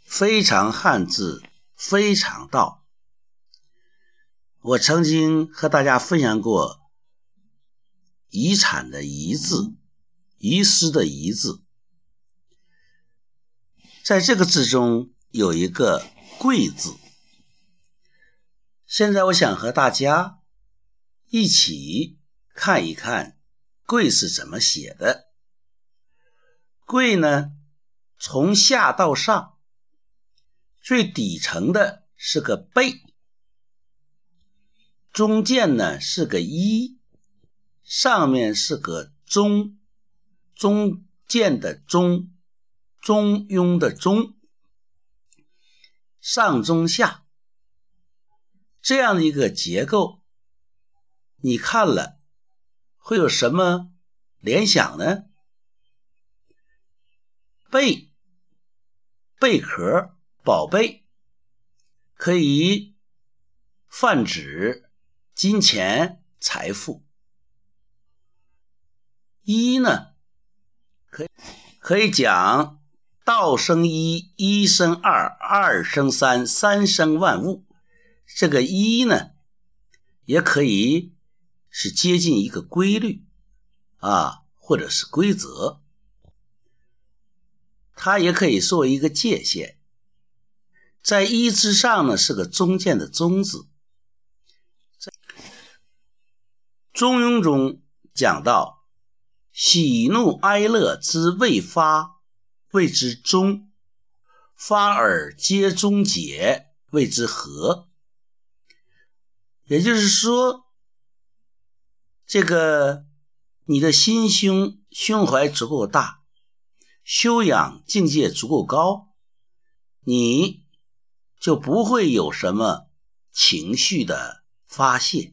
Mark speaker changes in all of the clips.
Speaker 1: 非常汉字，非常道。我曾经和大家分享过遗产的遗字，遗失的遗字。在这个字中有一个贵字。现在我想和大家一起看一看贵是怎么写的。贵呢，从下到上，最底层的是个贝，中间呢是个一，上面是个中，中间的中，中庸的中，上中下，这样的一个结构，你看了会有什么联想呢？贝，贝壳，宝贝，可以泛指金钱、财富。一呢，可以讲道生一，一生二，二生三，三生万物。这个一呢，也可以是接近一个规律或者是规则。它也可以作为一个界限。在一之上呢，是个中间的中字。中庸中讲到，喜怒哀乐之未发，谓之中；发而皆中解，谓之和。也就是说，这个你的心胸怀足够大，修养境界足够高，你就不会有什么情绪的发泄。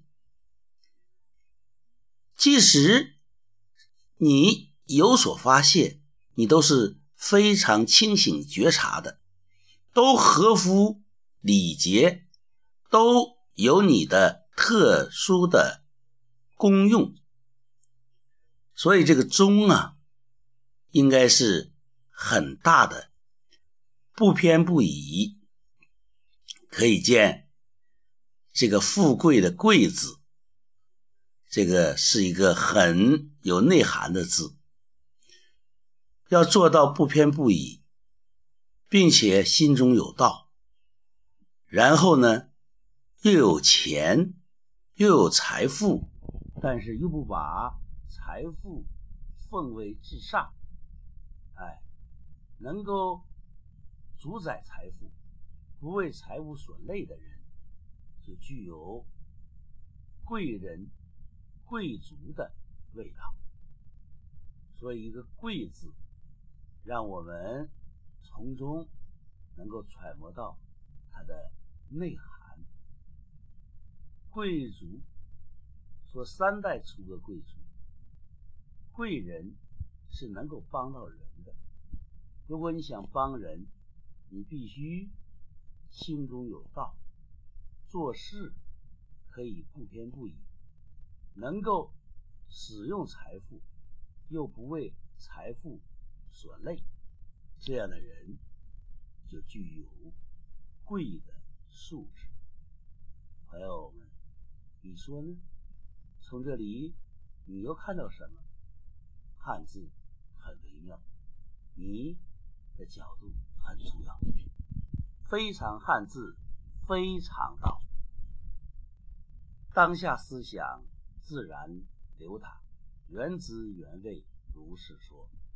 Speaker 1: 即使你有所发泄，你都是非常清醒觉察的，都合乎礼节，都有你的特殊的功用。所以这个中应该是很大的，不偏不倚。可以见这个富贵的贵字，这个是一个很有内涵的字。要做到不偏不倚，并且心中有道，然后呢又有钱又有财富，但是又不把财富奉为至上，能够主宰财富，不为财物所累的人，就具有贵人贵族的味道。所以一个贵字，让我们从中能够揣摩到它的内涵。贵族说三代出个贵族，贵人是能够帮到人的。如果你想帮人，你必须心中有道，做事可以不偏不倚，能够使用财富又不为财富所累，这样的人就具有贵的素质。朋友们，你说呢？从这里你又看到什么？汉字很微妙，你的角度很重要。非常汉字，非常道。当下思想自然流淌，原汁原味如是说。